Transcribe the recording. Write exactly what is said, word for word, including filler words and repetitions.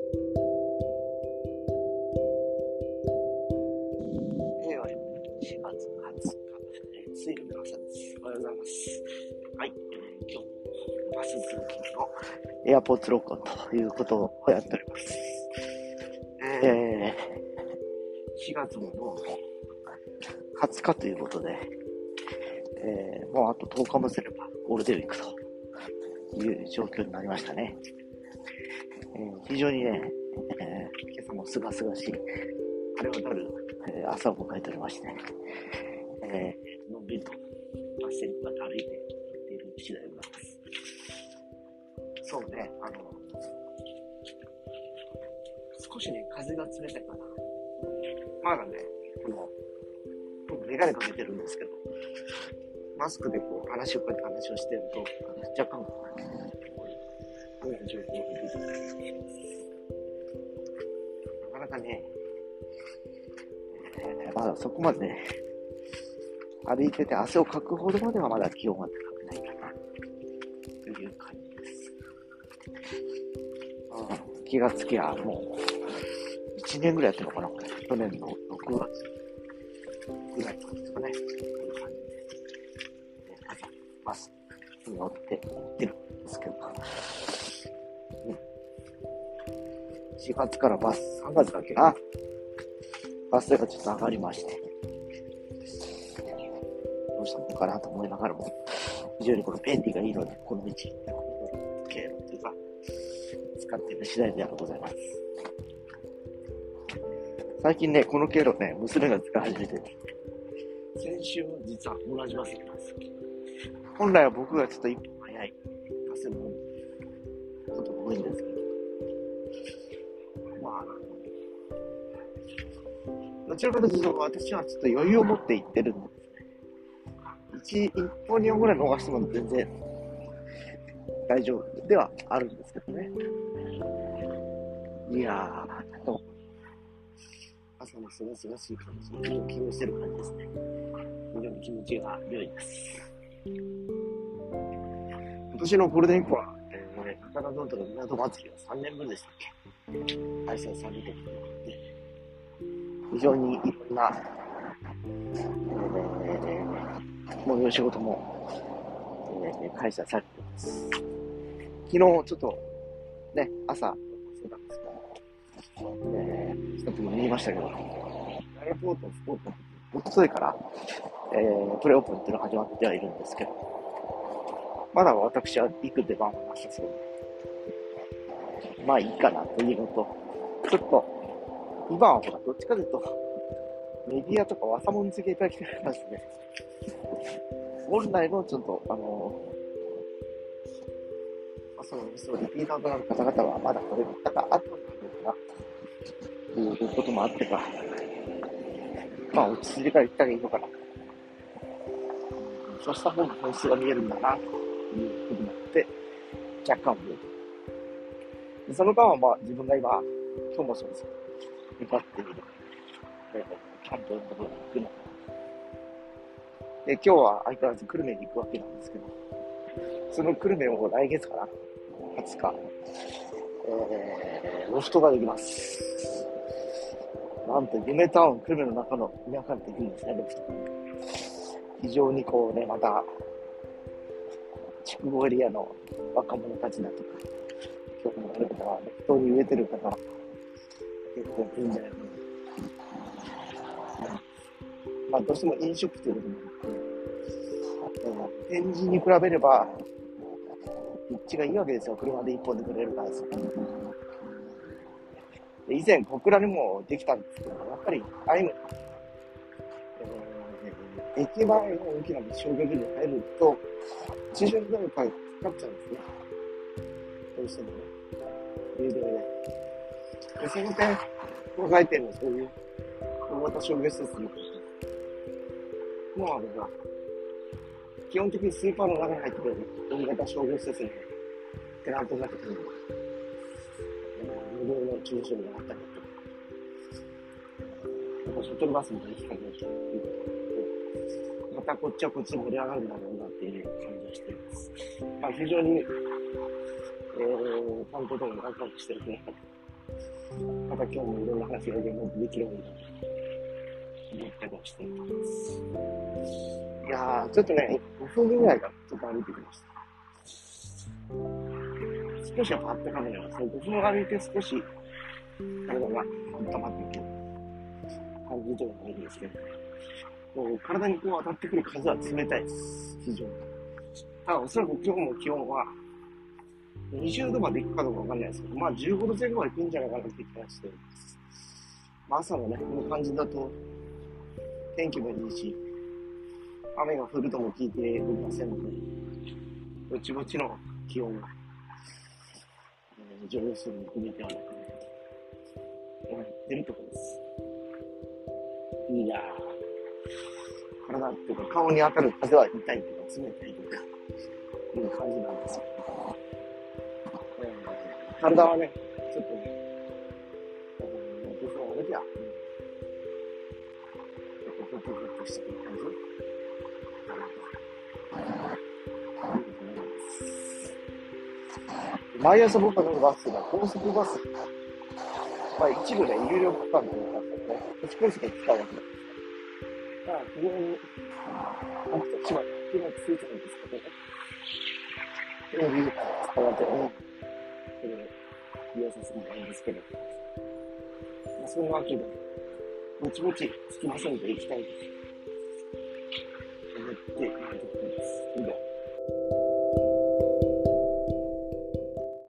令和よねんしがつはつか、えー、水曜日の朝です。おはようございます。はい、えー、今日もバス通勤のエアポーツ録音ということをやっております。えー、しがつももうはつかということで、えー、もうあととおかもすればゴールデンウィークという状況になりましたね。えー、非常にね、えー、今朝もすがすがしい晴れ渡る、えー、朝を迎えておりまして、えー、のんびりとバス停に向かって歩いていっている次第でございます。そうね、あの少しね風が冷たいかな。まだね、この僕メガネかけてるんですけど、マスクでこう話をこうやって話をしていると若干こういう状況が出てきます。なかなかね、えー、まだそこまでね歩いてて汗をかくほどまではまだ気温が高くないかなという感じです。ああ、気がつきゃもういちねんぐらいやってるのかな、これ。去年のろくがつぐらいですかね。こういう感じで、朝バスに乗って行ってるんですけど、うん、しがつからバス、さんがつだっけな、バス代がちょっと上がりまして、どうしたのかなと思いながらも、非常にこの便利がいいので、この道、経路というか、使っている次第ではございます。最近ね、この経路ね、娘が使い始めてる。先週は実は同じバス行きます。本来は僕がちょっと一歩早いバスのことが多いんですけど、まあ、どちらかというと私はちょっと余裕を持って行ってるんですね。一、一歩二歩ぐらい逃しても全然大丈夫ではあるんですけどね。いやー、と朝のすがすがしい感じで、ウォーキングしてる感じですね。非常に気持ちが良いです。今年のゴールデンウィークは、えー、高田ノートの港祭りがさんねんぶんでしたっけ、開催されているので、非常にいろんな、えー、催し事も、えー、開催されています。昨日ちょっとね、朝そうなんですけど、えー、さっきも言いましたけど、エアポートスポーツおとといから、えー、プレオープンっていうのが始まってはいるんですけど、まだ私は行く出番はなさそうで、まあいいかなというのと、ちょっと今はほらどっちかというとメディアとか若者付けいただきたいますね。本来のちょっとあのー、そのそうリピーターとなる方々はまだこれだから後になるのかなということもあってか、まあ落ち着いてから行ったらいいのかな。そうした方が本質が見えるんだなということになって若干思う。その間はまあ自分が今今日もそうです向かっている、えー、キャンプのところに行くので、今日は相変わらず久留米に行くわけなんですけど、その久留米を来月かなはつか、えー、ロフトができます。なんと夢タウン久留米の中の田舎にできるんですね、ロフト。非常にこうね、また筑後エリアの若者たちだとか興味のある方は、ロフトに植えてる方は結構いいんじゃないかな。まあどうしても飲食ということもあって、展示に比べれば立地がいいわけですよ。車で一本で来れるからです。以前小倉にもできたんですけど、やっぱりああいうの、えー、駅前の大きな商業ビルに入ると駐車場がかかっちゃうんですね。どうしてもね、誘導で。でその点考えてるのそういう大型商業施設にもうあれが基本的にスーパーの中に入ってくる大型商業施設にテナントになってくる無料の駐車場があったりとか、シャトルバスも行きかけるということで、またこっちはこっちで盛り上がるんだろうなっていう感じがしています。まあ、非常に、えー、観光ともワクワクしてるねまた今日もいろんな話ができるように思ったりもしています。いやー、ちょっとね、ごふんぐらいからちょっと歩いてきました。少しやっぱあったかめなので、そのごふん歩いて少し体が温まってくる感じではないんですけど、もう体にこう当たってくる風は冷たいです、非常に。ただおそらく今日も気温はにじゅうどまで行くかどうかわかんないですけど、まあじゅうごどぜん後まで行くんじゃないかなって気がしています。まあ、朝のね、この感じだと天気もいいし、雨が降るとも聞いておりませんので、ぼちぼちの気温が、えー、上昇するに含めてはなく思ってるところです。いやー、体っていうか顔に当たる風は痛いとか冷たいとかいう感じなんですよ。えー、体はね、ちょっとね、ごふん歩きゃ、ちょっとふふふっとしてくる感じかなと。毎朝僕が乗るバスが高速バス、まあ、一部で有料区間というか、都市高速を使うわけなんですが、まあ、非常に僕と千葉で非常についてるんですけどね、非常に有料区間を使われてるので、それを利用させてもらうんですけど、まあ、そのわけで、ぼちぼちつきませんで行きたいと思っているところ